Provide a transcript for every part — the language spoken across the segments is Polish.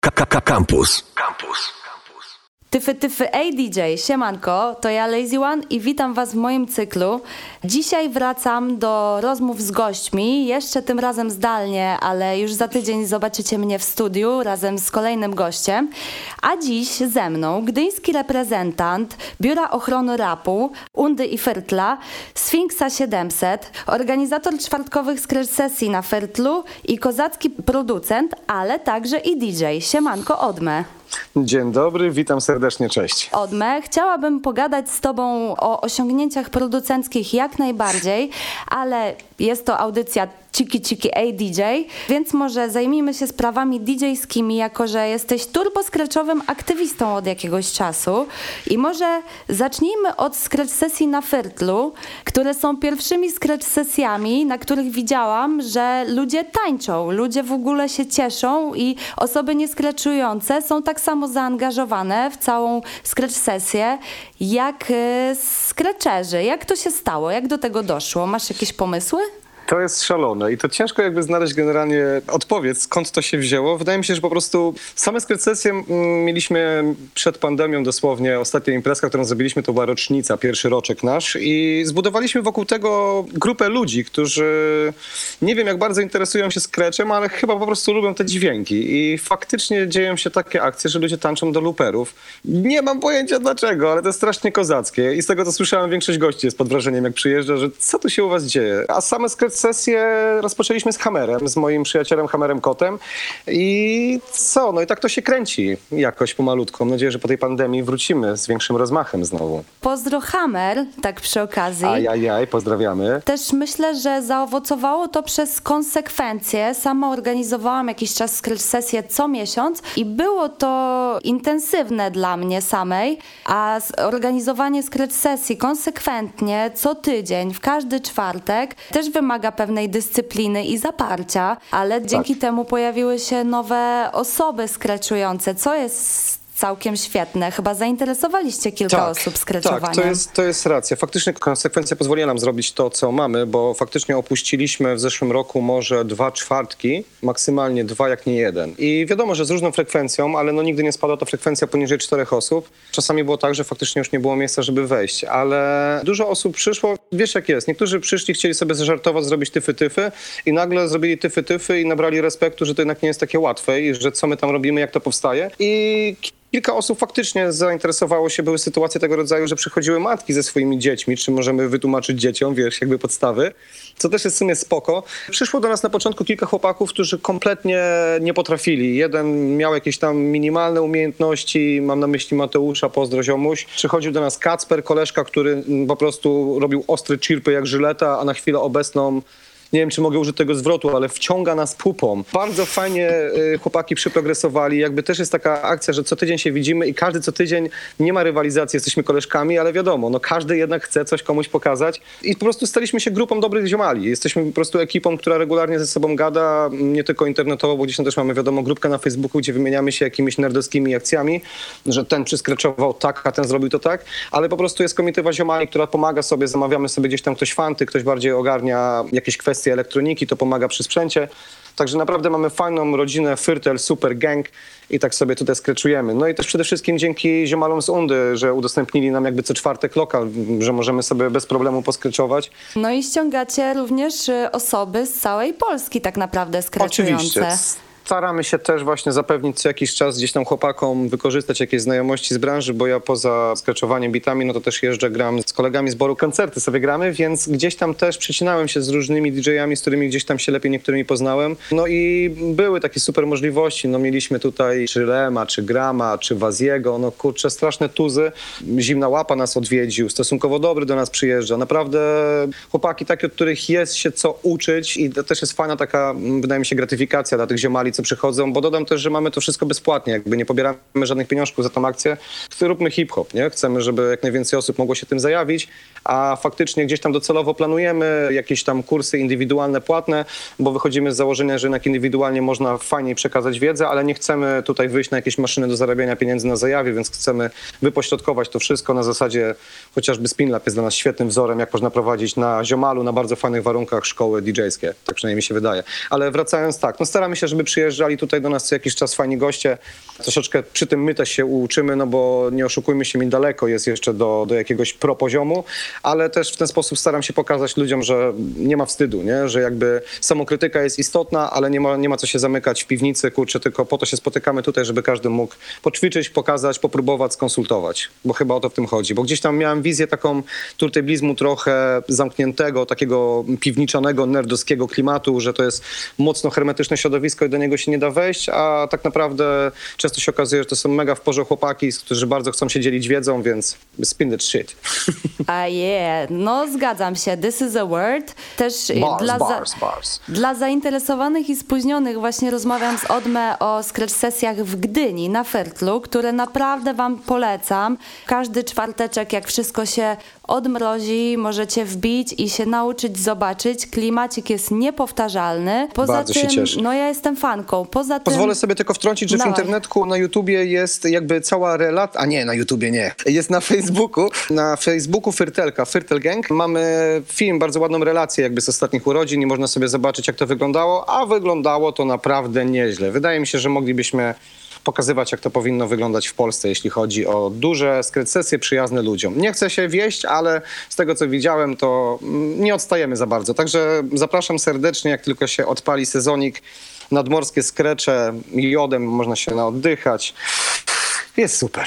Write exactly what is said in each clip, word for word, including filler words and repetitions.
Campus. Campus. Tyfy, tyfy, ej D J, siemanko, to ja Lazy One i witam was w moim cyklu. Dzisiaj wracam do rozmów z gośćmi, jeszcze tym razem zdalnie, ale już za tydzień zobaczycie mnie w studiu razem z kolejnym gościem. A dziś ze mną gdyński reprezentant Biura Ochrony Rapu, Undy i Fertla, Sfinksa siedemset, organizator czwartkowych scratch sesji na Fertlu i kozacki producent, ale także i D J. Siemanko, Odmę. Dzień dobry, witam serdecznie, cześć. Odmę, chciałabym pogadać z tobą o osiągnięciach producenckich jak najbardziej, ale jest to audycja Ciki Ciki ej D J, więc może zajmijmy się sprawami D J-skimi, jako że jesteś turbo-scratchowym aktywistą od jakiegoś czasu. I może zacznijmy od scratch sesji na Fertlu, które są pierwszymi scratch sesjami, na których widziałam, że ludzie tańczą, ludzie w ogóle się cieszą i osoby niescratchujące są tak samo zaangażowane w całą scratch sesję, jak scratcherzy. Jak to się stało? Jak do tego doszło? Masz jakieś pomysły? To jest szalone i to ciężko jakby znaleźć generalnie odpowiedź, skąd to się wzięło. Wydaje mi się, że po prostu same scratch sesje mieliśmy przed pandemią dosłownie. Ostatnia imprezka, którą zrobiliśmy, to była rocznica, pierwszy roczek nasz i zbudowaliśmy wokół tego grupę ludzi, którzy nie wiem jak bardzo interesują się scratchem, ale chyba po prostu lubią te dźwięki i faktycznie dzieją się takie akcje, że ludzie tańczą do looperów. Nie mam pojęcia dlaczego, ale to jest strasznie kozackie i z tego co słyszałem, większość gości jest pod wrażeniem jak przyjeżdża, że co tu się u was dzieje. A same scratch sesję rozpoczęliśmy z Hammerem, z moim przyjacielem Hammerem Kotem i co, no i tak to się kręci jakoś pomalutko. Mam nadzieję, że po tej pandemii wrócimy z większym rozmachem znowu. Pozdro Hammer, tak przy okazji. Ajajaj, pozdrawiamy. Też myślę, że zaowocowało to przez konsekwencje. Sama organizowałam jakiś czas scratch sesję co miesiąc i było to intensywne dla mnie samej, a organizowanie scratch sesji konsekwentnie co tydzień, w każdy czwartek też wymaga pewnej dyscypliny i zaparcia, ale dzięki tak. temu pojawiły się nowe osoby scratchujące, co jest całkiem świetne. Chyba zainteresowaliście kilka tak, osób scratchowaniem. Tak, to jest, to jest racja. Faktycznie konsekwencja pozwoliła nam zrobić to, co mamy, bo faktycznie opuściliśmy w zeszłym roku może dwa czwartki, maksymalnie dwa, jak nie jeden. I wiadomo, że z różną frekwencją, ale no nigdy nie spadła ta frekwencja poniżej czterech osób. Czasami było tak, że faktycznie już nie było miejsca, żeby wejść, ale dużo osób przyszło. Wiesz jak jest, niektórzy przyszli, chcieli sobie zażartować, zrobić tyfy-tyfy i nagle zrobili tyfy-tyfy i nabrali respektu, że to jednak nie jest takie łatwe i że co my tam robimy, jak to powstaje. I kilka osób faktycznie zainteresowało się, były sytuacje tego rodzaju, że przychodziły matki ze swoimi dziećmi, czy możemy wytłumaczyć dzieciom, wiesz, jakby podstawy, co też jest w sumie spoko. Przyszło do nas na początku kilka chłopaków, którzy kompletnie nie potrafili. Jeden miał jakieś tam minimalne umiejętności, mam na myśli Mateusza, pozdro ziomuś. Przychodził do nas Kacper, koleżka, który po prostu robił ostre chirpy jak żyleta, a na chwilę obecną nie wiem, czy mogę użyć tego zwrotu, ale wciąga nas pupą. Bardzo fajnie y, chłopaki przyprogresowali. Jakby też jest taka akcja, że co tydzień się widzimy i każdy co tydzień nie ma rywalizacji, jesteśmy koleżkami, ale wiadomo, no każdy jednak chce coś komuś pokazać i po prostu staliśmy się grupą dobrych ziomali. Jesteśmy po prostu ekipą, która regularnie ze sobą gada, nie tylko internetowo, bo gdzieś tam też mamy, wiadomo, grupkę na Facebooku, gdzie wymieniamy się jakimiś nerdowskimi akcjami, że ten przyskraczował tak, a ten zrobił to tak, ale po prostu jest komitywa ziomali, która pomaga sobie, zamawiamy sobie gdzieś tam ktoś fanty, ktoś bardziej ogarnia jakieś kwestie elektroniki, to pomaga przy sprzęcie. Także naprawdę mamy fajną rodzinę, Fyrtel, super gang i tak sobie tutaj skreczujemy. No i też przede wszystkim dzięki ziomalom z Undy, że udostępnili nam jakby co czwartek lokal, że możemy sobie bez problemu poskreczować. No i ściągacie również osoby z całej Polski tak naprawdę skreczujące. Oczywiście. Staramy się też właśnie zapewnić co jakiś czas gdzieś tam chłopakom wykorzystać jakieś znajomości z branży, bo ja poza skreczowaniem bitami, no to też jeżdżę, gram z kolegami z Boru, koncerty sobie gramy, więc gdzieś tam też przecinałem się z różnymi didżejami, z którymi gdzieś tam się lepiej niektórymi poznałem. No i były takie super możliwości, no mieliśmy tutaj czy Lema, czy Grama, czy Waziego, no kurczę, straszne tuzy. Zimna Łapa nas odwiedził, stosunkowo dobry do nas przyjeżdża. Naprawdę chłopaki takie, od których jest się co uczyć i to też jest fajna taka, wydaje mi się, gratyfikacja dla tych ziomali, co przychodzą, bo dodam też, że mamy to wszystko bezpłatnie, jakby nie pobieramy żadnych pieniążków za tą akcję. Róbmy hip-hop, nie? Chcemy, żeby jak najwięcej osób mogło się tym zajawić, a faktycznie gdzieś tam docelowo planujemy jakieś tam kursy indywidualne, płatne, bo wychodzimy z założenia, że jednak indywidualnie można fajniej przekazać wiedzę, ale nie chcemy tutaj wyjść na jakieś maszyny do zarabiania pieniędzy na zajawie, więc chcemy wypośrodkować to wszystko na zasadzie, chociażby Spinlab jest dla nas świetnym wzorem, jak można prowadzić na ziomalu, na bardzo fajnych warunkach szkoły didżejskie. Tak przynajmniej mi się wydaje. Ale wracając tak, no staramy się, żeby przyjeżdżać przyjeżdżali tutaj do nas co jakiś czas fajni goście. Troszeczkę przy tym my też się uczymy, no bo nie oszukujmy się, mi daleko jest jeszcze do, do jakiegoś pro poziomu, ale też w ten sposób staram się pokazać ludziom, że nie ma wstydu, nie? Że jakby samokrytyka jest istotna, ale nie ma, nie ma co się zamykać w piwnicy, kurczę, tylko po to się spotykamy tutaj, żeby każdy mógł poćwiczyć, pokazać, popróbować, skonsultować, bo chyba o to w tym chodzi, bo gdzieś tam miałem wizję taką turteblizmu trochę zamkniętego, takiego piwniczanego, nerdowskiego klimatu, że to jest mocno hermetyczne środowisko i do niego się nie da wejść, a tak naprawdę często się okazuje, że to są mega w porze chłopaki, którzy bardzo chcą się dzielić wiedzą, więc spin that shit. A yeah, no zgadzam się, this is a word. Też Bars, dla, bars, za, bars. dla zainteresowanych i spóźnionych właśnie rozmawiam z Odmę o scratch sesjach w Gdyni na Fertlu, które naprawdę wam polecam. Każdy czwarteczek, jak wszystko się odmrozi, możecie wbić i się nauczyć, zobaczyć. Klimacik jest niepowtarzalny. Poza Bardzo tym, się cieszę. no ja jestem fanką. Poza Pozwolę tym... sobie tylko wtrącić, że w Dawaj. internetku, na YouTubie jest jakby cała relacja, a nie, na YouTubie nie, jest na Facebooku, na Facebooku Fyrtelka, Fyrtel Gang. Mamy film, bardzo ładną relację jakby z ostatnich urodzin i można sobie zobaczyć, jak to wyglądało, a wyglądało to naprawdę nieźle. Wydaje mi się, że moglibyśmy pokazywać, jak to powinno wyglądać w Polsce, jeśli chodzi o duże scratch sesje przyjazne ludziom. Nie chcę się wieść, ale z tego, co widziałem, to nie odstajemy za bardzo. Także zapraszam serdecznie, jak tylko się odpali sezonik, nadmorskie skrecze, jodem można się naoddychać. Jest super.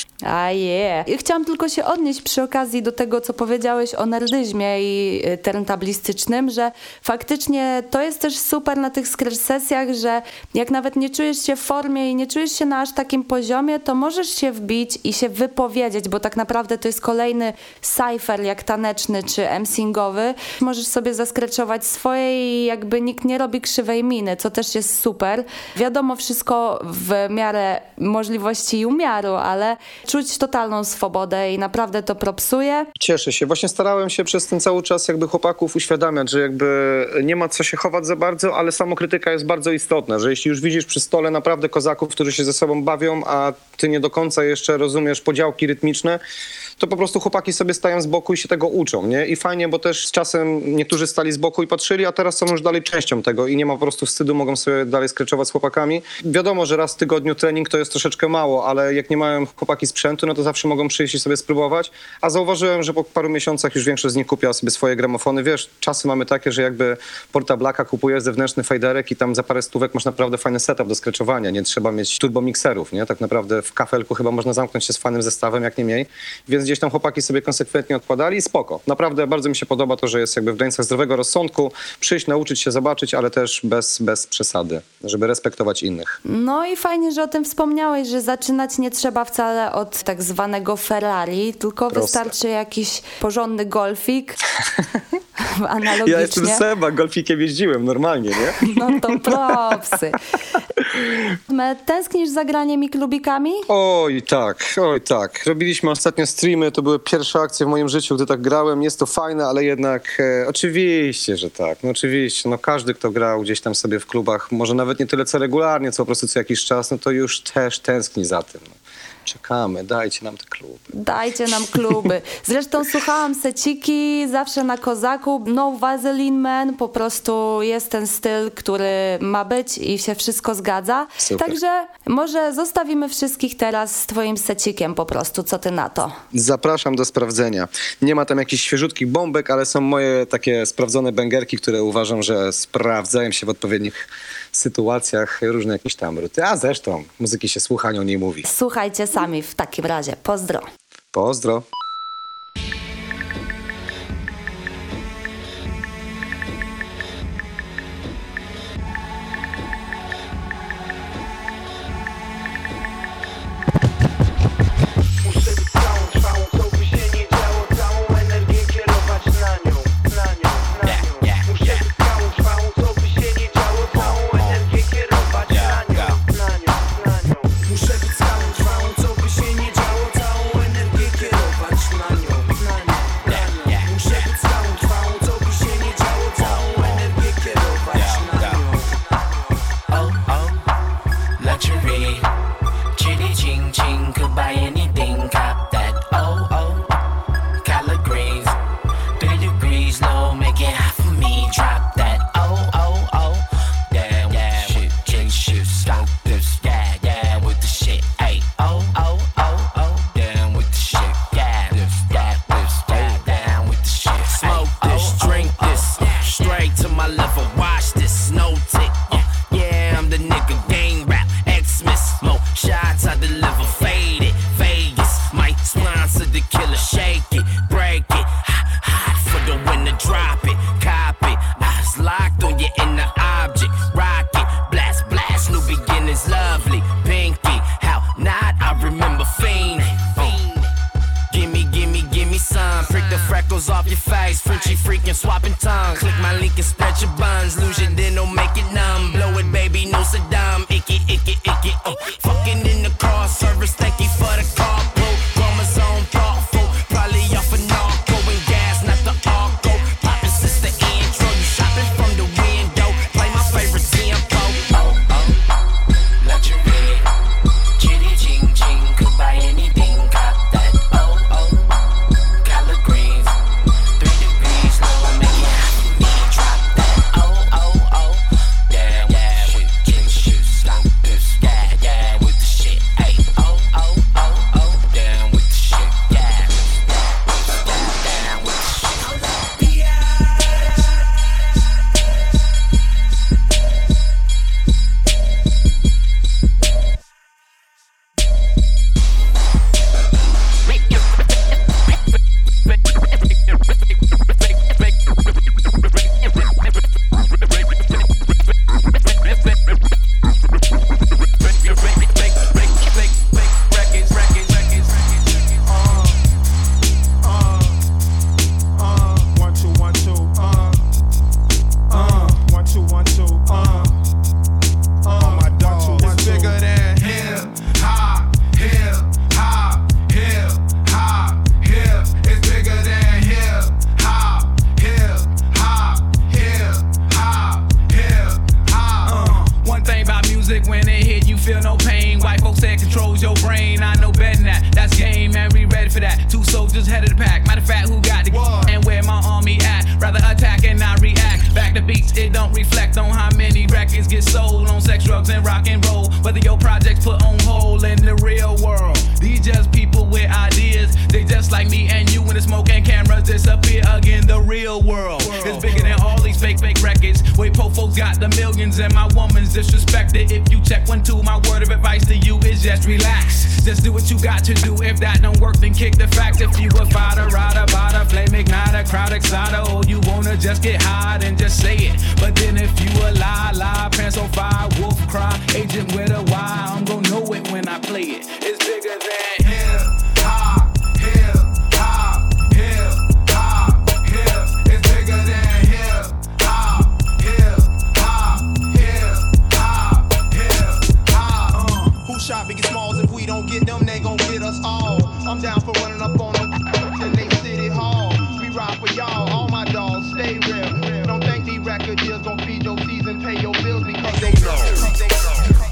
A je. Yeah. Chciałam tylko się odnieść przy okazji do tego, co powiedziałeś o nerdyzmie i turntablistycznym, że faktycznie to jest też super na tych scratch sesjach, że jak nawet nie czujesz się w formie i nie czujesz się na aż takim poziomie, to możesz się wbić i się wypowiedzieć, bo tak naprawdę to jest kolejny cypher jak taneczny czy emsingowy. Możesz sobie zaskreczować swoje i jakby nikt nie robi krzywej miny, co też jest super. Wiadomo, wszystko w miarę możliwości i umiaru, ale czuć totalną swobodę i naprawdę to propsuje. Cieszę się. Właśnie starałem się przez ten cały czas jakby chłopaków uświadamiać, że jakby nie ma co się chować za bardzo, ale samokrytyka jest bardzo istotna, że jeśli już widzisz przy stole naprawdę kozaków, którzy się ze sobą bawią, a ty nie do końca jeszcze rozumiesz podziałki rytmiczne, to po prostu chłopaki sobie stają z boku i się tego uczą, nie? I fajnie, bo też z czasem niektórzy stali z boku i patrzyli, a teraz są już dalej częścią tego i nie ma po prostu wstydu, mogą sobie dalej skreczować z chłopakami. Wiadomo, że raz w tygodniu trening to jest troszeczkę mało, ale jak nie mają chłopaki sprzętu, no to zawsze mogą przyjść i sobie spróbować. A zauważyłem, że po paru miesiącach już większość z nich kupiła sobie swoje gramofony. Wiesz, czasy mamy takie, że jakby Portablaka kupujesz zewnętrzny fejderek i tam za parę stówek masz naprawdę fajny setup do skreczowania. Nie trzeba mieć turbomikserów, nie? Tak naprawdę w kafelku chyba można zamknąć się z fajnym zestawem, jak nie mniej. Więc gdzieś tam chłopaki sobie konsekwentnie odkładali i spoko. Naprawdę bardzo mi się podoba to, że jest jakby w granicach zdrowego rozsądku, przyjść, nauczyć się, zobaczyć, ale też bez, bez przesady, żeby respektować innych. No i fajnie, że o tym wspomniałeś, że zaczynać nie trzeba wcale od tak zwanego Ferrari, tylko Proste. Wystarczy jakiś porządny golfik. Analogicznie. Ja jestem Seba, golfikiem jeździłem normalnie, nie? No to propsy. Tęsknisz za graniem i klubikami? Oj tak, oj tak. Robiliśmy ostatnio streamy, to były pierwsze akcje w moim życiu, gdy tak grałem. Jest to fajne, ale jednak e, oczywiście, że tak. No oczywiście, no każdy, kto grał gdzieś tam sobie w klubach, może nawet nie tyle co regularnie, co po prostu co jakiś czas, no to już też tęskni za tym. No. Czekamy, dajcie nam te kluby. Dajcie nam kluby. Zresztą słuchałam seciki zawsze na kozaku. No Vaseline Man, po prostu jest ten styl, który ma być i się wszystko zgadza. Super. Także może zostawimy wszystkich teraz z twoim secikiem po prostu. Co ty na to? Zapraszam do sprawdzenia. Nie ma tam jakichś świeżutkich bombek, ale są moje takie sprawdzone bęgerki, które uważam, że sprawdzają się w odpowiednich sytuacjach, różne jakieś tam ruty. A zresztą muzyki się słucha, o niej mówi. Słuchajcie sami w takim razie. Pozdro. Pozdro. Muszę być całą trwałą, co by się nie działo, całą energię kierować Cooking in the car service, thank you for the carpool. Grandma's on thoughtful, probably off a narco and gas, not the arco. Poppin' since the intro, you shopping from the window. Play my favorite tempo. Oh, oh, luxury. Chitty ching ching, could buy anything, cop that. Oh, oh, collard greens. Three degrees, lower, make it hot for me, drop that. Oh, oh, oh, yeah, yeah, with gym shoes, stop this, yeah, yeah, with the shit. Hey, oh, oh, oh, oh, down with the shit, yeah, yeah, down with the shit. One, two, one, two, uh, uh, one, two, one, two, uh, uh, my dog, two, one, two. It's bigger than hip hop, hip hop, hip hop, hip. It's bigger than hip hop, hip hop, hip hop, hip hop. Uh, one thing about music, when it hit, you feel no pain. White folks say it controls your brain. I know better than that. That's game, man. We ready for that. Two soldiers head of the pack. Matter of fact, who got the What? and where my army at? Rather attack and not react. Back to beats, it don't reflect on how many records get sold on sex, drugs, and rock and roll. Whether your projects put on hold in the real world. These just people with ideas. They just like me and you when the smoke and cameras disappear again. The real world is bigger than all these fake, fake records. Way po folks got the millions and my woman's disrespected. If you check one, two, my word of advice to you is just relax. Just do what you got to do. If that don't work, then kick the facts. If you a fighter, rider, bada, flame igniter, crowd exciter, or you wanna just get high, then just say it. But then if you a lie, lie, pants on fire, wolf cry, agent with a Y, I'm gon' know it when I play it. It's bigger than Hip hop, hip hop, hip hop, hip. It's bigger than hip hop, hip hop, hip hop, hip hop. Uh, who shot Biggie Smalls? If we don't get them, they gon' get us all. I'm down for running up on them in they city hall. We ride for y'all, all my dogs stay real. Don't think these record deals gon' feed your season, pay your bills because they know. They know.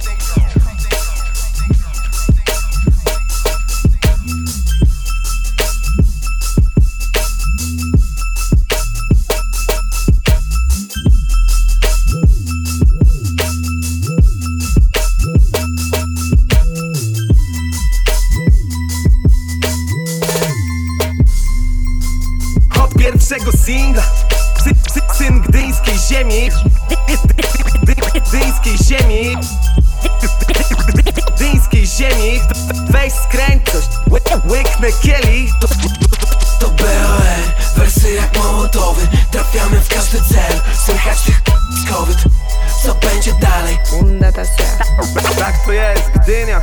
Pierwszego singla Syn gdyńskiej ziemi Gdyńskiej ziemi Gdyńskiej ziemi Weź skręć coś Łyknę kielich To B O R, wersy jak mołotowy. Trafiamy w każdy cel. Słychać tych COVID. Co będzie dalej? Tak to jest, Gdynia.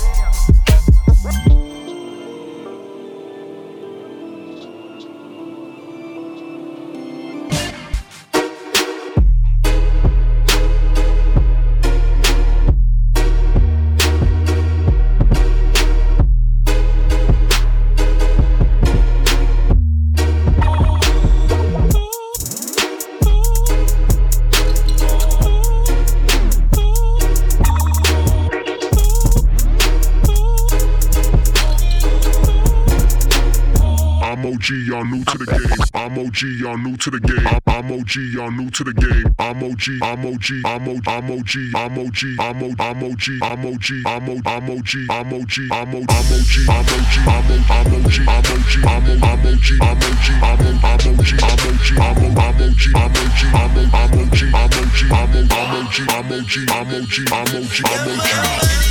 I'm O G, y'all new to the game. I'm O G, y'all new to the game. I'm O G, y'all new to the game. I'm O G, I'm O G, I'm O, I'm O G, I'm O G, I'm O, I'm O G, I'm O G, I'm O, I'm O G, I'm O G, I'm O, I'm O G, I'm O G, I'm O, I'm O G, I'm O G, I'm O, I'm O G, I'm O G, I'm O, I'm O G, I'm O G, I'm O, I'm O G, I'm O G, I'm O, I'm O G, I'm O G, I'm O, I'm O G, I'm O G, I'm O G, I'm O G, I'm O G.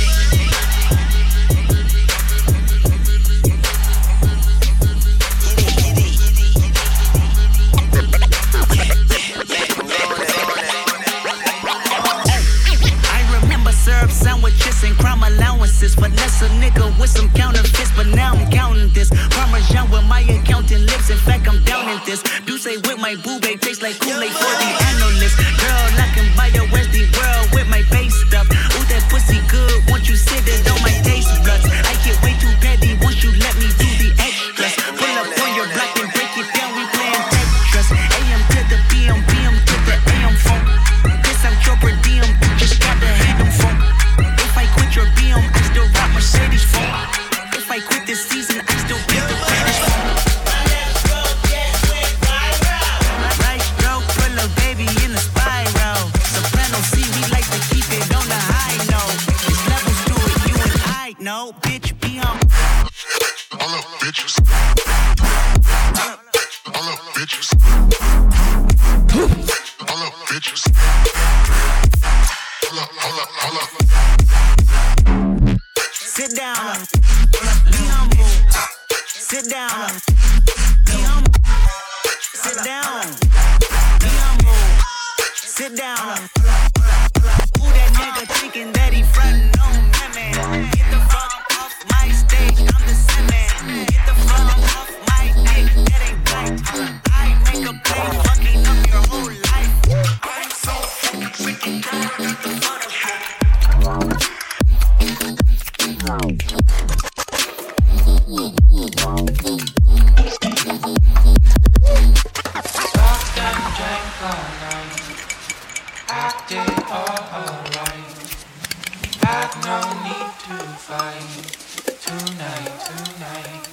Sandwiches and crime allowances. Finesse a nigga with some counterfeits, but now I'm counting this. Parmesan with my accountant lips. In fact, I'm down in this. Do say with my boo babe tastes like Kool-Aid for the analyst. Girl, I can buy your Westie world with my base stuff. Ooh, that pussy good. Once you sit it on know, bitch, be on. All up, bitches. All up, bitches. All up, bitches. All up, all up, all up. Sit down, be humble. Sit down, be humble. Sit down, be humble. Sit down. Who that nigga thinking that he frontin' on me, man? Get the fuck off my stage, I'm the same man. Get the fuck off my dick, that ain't right. I make a play, fucking up your whole life. I'm so fucking freaking down, get the fuck off. Talked and drank all night, acted all alright. Had no need to fight tonight, tonight.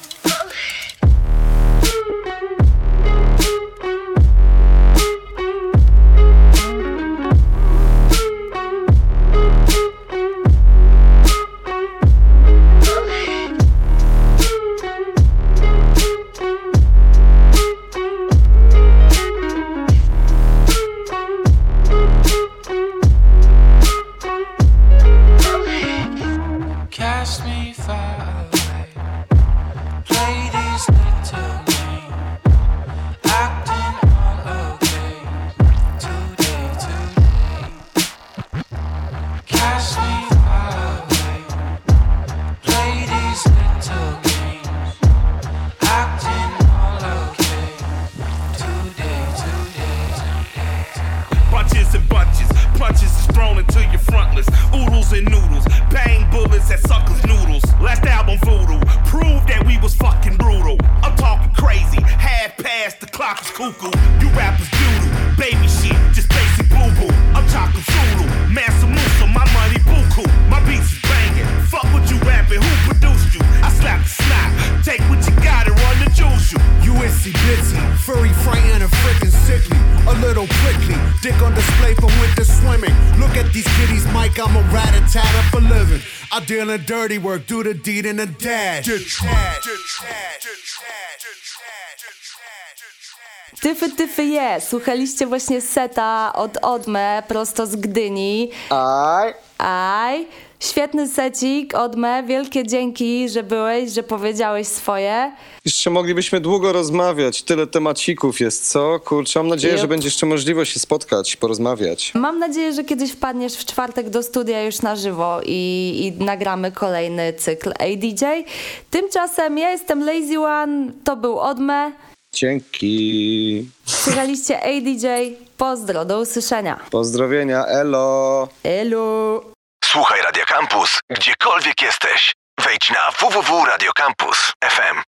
Cast me far away. Play this little game. Acting all okay. Today, today. Cast me far away. Play these little games. Acting all okay. Today, today, today, today. Bunches and bunches, punches is thrown into your frontless. Oodles and noodles, bang bullets at suckers' noodles. Last album voodoo, proved that we was fucking brutal. I'm talking crazy, half past the clock is cuckoo. You rappers doodle, baby shit, just basic boo boo. I'm talking Zulu, Mansa Musa, my money buku. My beats is banging, fuck what you rapping, who produced you? I slap the snot, take what you got and run the juice you. U S C Bitsy, furry, frightened, and freaking sickly. A little prickly, dick on display for winter swimming. Look at these kitties, Mike, I'm a rat-a-tat for living. I deal in dirty work, do the deed in a dash. Tyfy, tyfy je. Słuchaliście właśnie seta od Odme, prosto z Gdyni. Aj. Aj. Świetny secik, Odme. Wielkie dzięki, że byłeś, że powiedziałeś swoje. Jeszcze moglibyśmy długo rozmawiać. Tyle temacików jest, co? Kurczę, mam nadzieję, Yep. że będzie jeszcze możliwość się spotkać, porozmawiać. Mam nadzieję, że kiedyś wpadniesz w czwartek do studia już na żywo i, i nagramy kolejny cykl A D J. Tymczasem ja jestem Lazy One, to był Odme. Dzięki. Słuchaliście A D J. Pozdro, do usłyszenia. Pozdrowienia, elo. Elu. Słuchaj Radio Campus, gdziekolwiek jesteś. Wejdź na w w w kropka radio campus kropka f m.